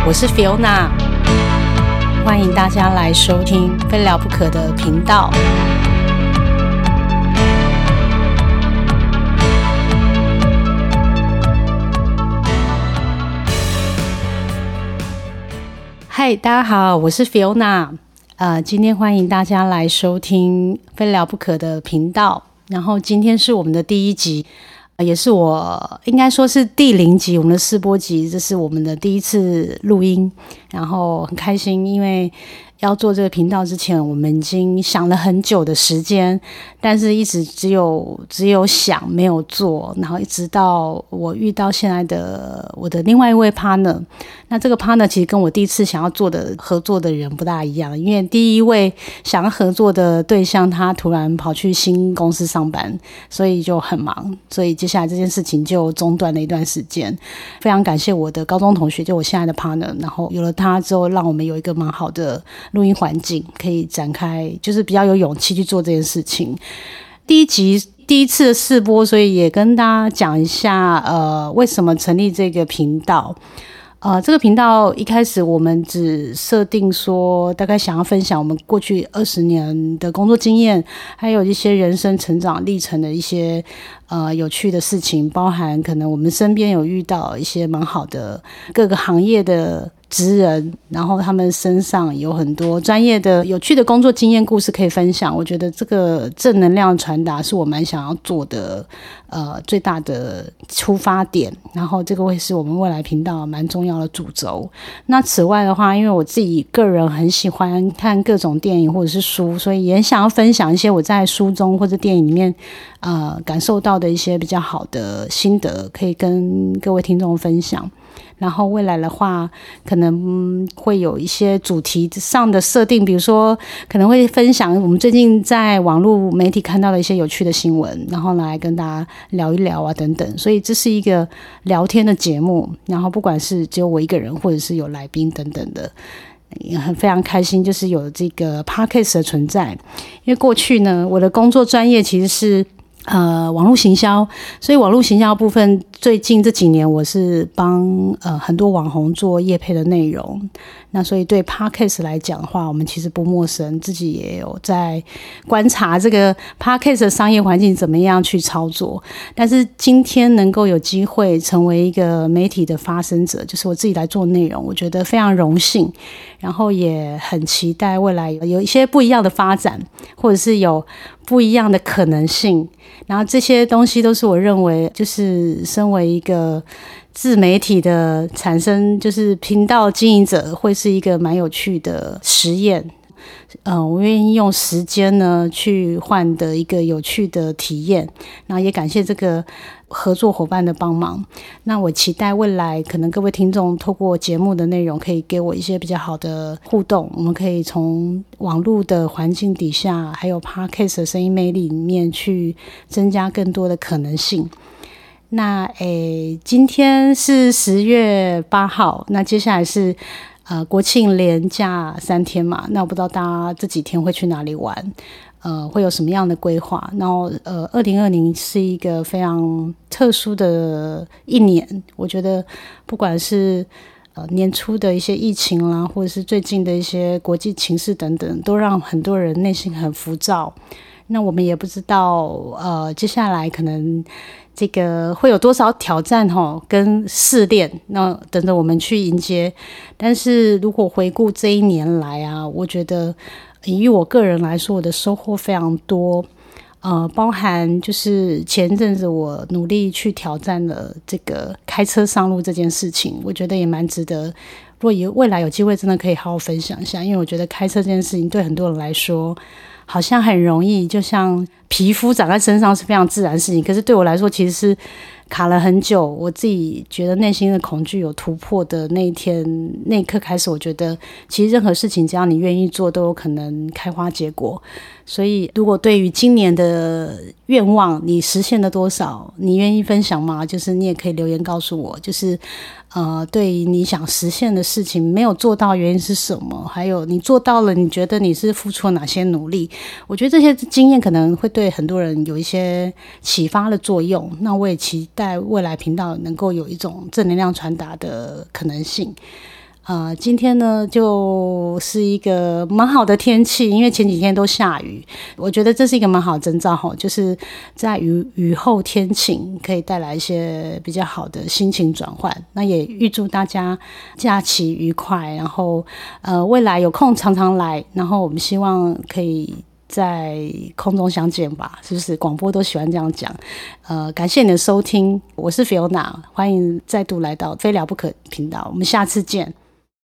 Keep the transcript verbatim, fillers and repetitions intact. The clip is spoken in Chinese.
我是 Fiona， 欢迎大家来收听非聊不可的频道。嗨，大家好，我是 Fiona， 呃，今天欢迎大家来收听非聊不可的频道。然后今天是我们的第一集，也是我应该说是第零集，我们的试播集，这是我们的第一次录音，然后很开心，因为要做这个频道之前，我们已经想了很久的时间，但是一直只有只有想没有做，然后一直到我遇到现在的我的另外一位 partner。那这个 partner 其实跟我第一次想要做的合作的人不大一样，因为第一位想要合作的对象他突然跑去新公司上班，所以就很忙，所以接下来这件事情就中断了一段时间。非常感谢我的高中同学，就我现在的 partner， 然后有了他之后，让我们有一个蛮好的录音环境，可以展开，就是比较有勇气去做这件事情。第一集第一次的试播，所以也跟大家讲一下，呃，为什么成立这个频道。呃，这个频道一开始我们只设定说，大概想要分享我们过去二十年的工作经验，还有一些人生成长历程的一些呃有趣的事情，包含可能我们身边有遇到一些蛮好的各个行业的职人，然后他们身上有很多专业的有趣的工作经验故事可以分享。我觉得这个正能量传达是我蛮想要做的呃最大的出发点，然后这个会是我们未来频道蛮重要的主轴。那此外的话，因为我自己个人很喜欢看各种电影或者是书，所以也想要分享一些我在书中或者电影里面呃感受到的一些比较好的心得，可以跟各位听众分享。然后未来的话可能会有一些主题上的设定，比如说可能会分享我们最近在网络媒体看到的一些有趣的新闻，然后来跟大家聊一聊啊等等。所以这是一个聊天的节目，然后不管是只有我一个人或者是有来宾等等的，也很非常开心就是有这个 podcast 的存在。因为过去呢我的工作专业其实是呃，网络行销，所以网络行销部分最近这几年我是帮呃很多网红做业配的内容，那所以对 Podcast 来讲的话，我们其实不陌生，自己也有在观察这个 Podcast 的商业环境怎么样去操作。但是今天能够有机会成为一个媒体的发声者，就是我自己来做内容，我觉得非常荣幸，然后也很期待未来有一些不一样的发展，或者是有不一样的可能性。然后这些东西都是我认为就是身为一个自媒体的产生，就是频道经营者会是一个蛮有趣的实验。呃，我愿意用时间呢去换的一个有趣的体验，然后也感谢这个合作伙伴的帮忙。那我期待未来可能各位听众透过节目的内容可以给我一些比较好的互动，我们可以从网络的环境底下还有 Podcast 的声音魅力里面去增加更多的可能性。那诶，今天是十月八号，那接下来是呃，国庆连假三天嘛，那我不知道大家这几天会去哪里玩，呃，会有什么样的规划？然后，呃，二零二零是一个非常特殊的一年，我觉得不管是呃年初的一些疫情啦，或者是最近的一些国际情势等等，都让很多人内心很浮躁。那我们也不知道，呃，接下来可能这个会有多少挑战齁跟试炼，那等着我们去迎接。但是如果回顾这一年来啊，我觉得以我个人来说，我的收获非常多，呃，包含就是前阵子我努力去挑战了这个开车上路这件事情，我觉得也蛮值得。如果有未来有机会，真的可以好好分享一下，因为我觉得开车这件事情对很多人来说好像很容易，就像皮肤长在身上是非常自然的事情，可是对我来说其实是卡了很久，我自己觉得内心的恐惧有突破的那一天那一刻开始，我觉得其实任何事情只要你愿意做都有可能开花结果。所以如果对于今年的愿望你实现了多少，你愿意分享吗？就是你也可以留言告诉我，就是呃，对于你想实现的事情没有做到原因是什么，还有你做到了你觉得你是付出了哪些努力。我觉得这些经验可能会对很多人有一些启发的作用，那我也期待未来频道能够有一种正能量传达的可能性。 呃，今天呢就是一个蛮好的天气，因为前几天都下雨，我觉得这是一个蛮好的征兆吼，就是在雨雨后天晴，可以带来一些比较好的心情转换。那也预祝大家假期愉快，然后呃未来有空常常来，然后我们希望可以在空中相见吧，是不是？广播都喜欢这样讲。呃，感谢你的收听，我是 Fiona， 欢迎再度来到非聊不可频道，我们下次见。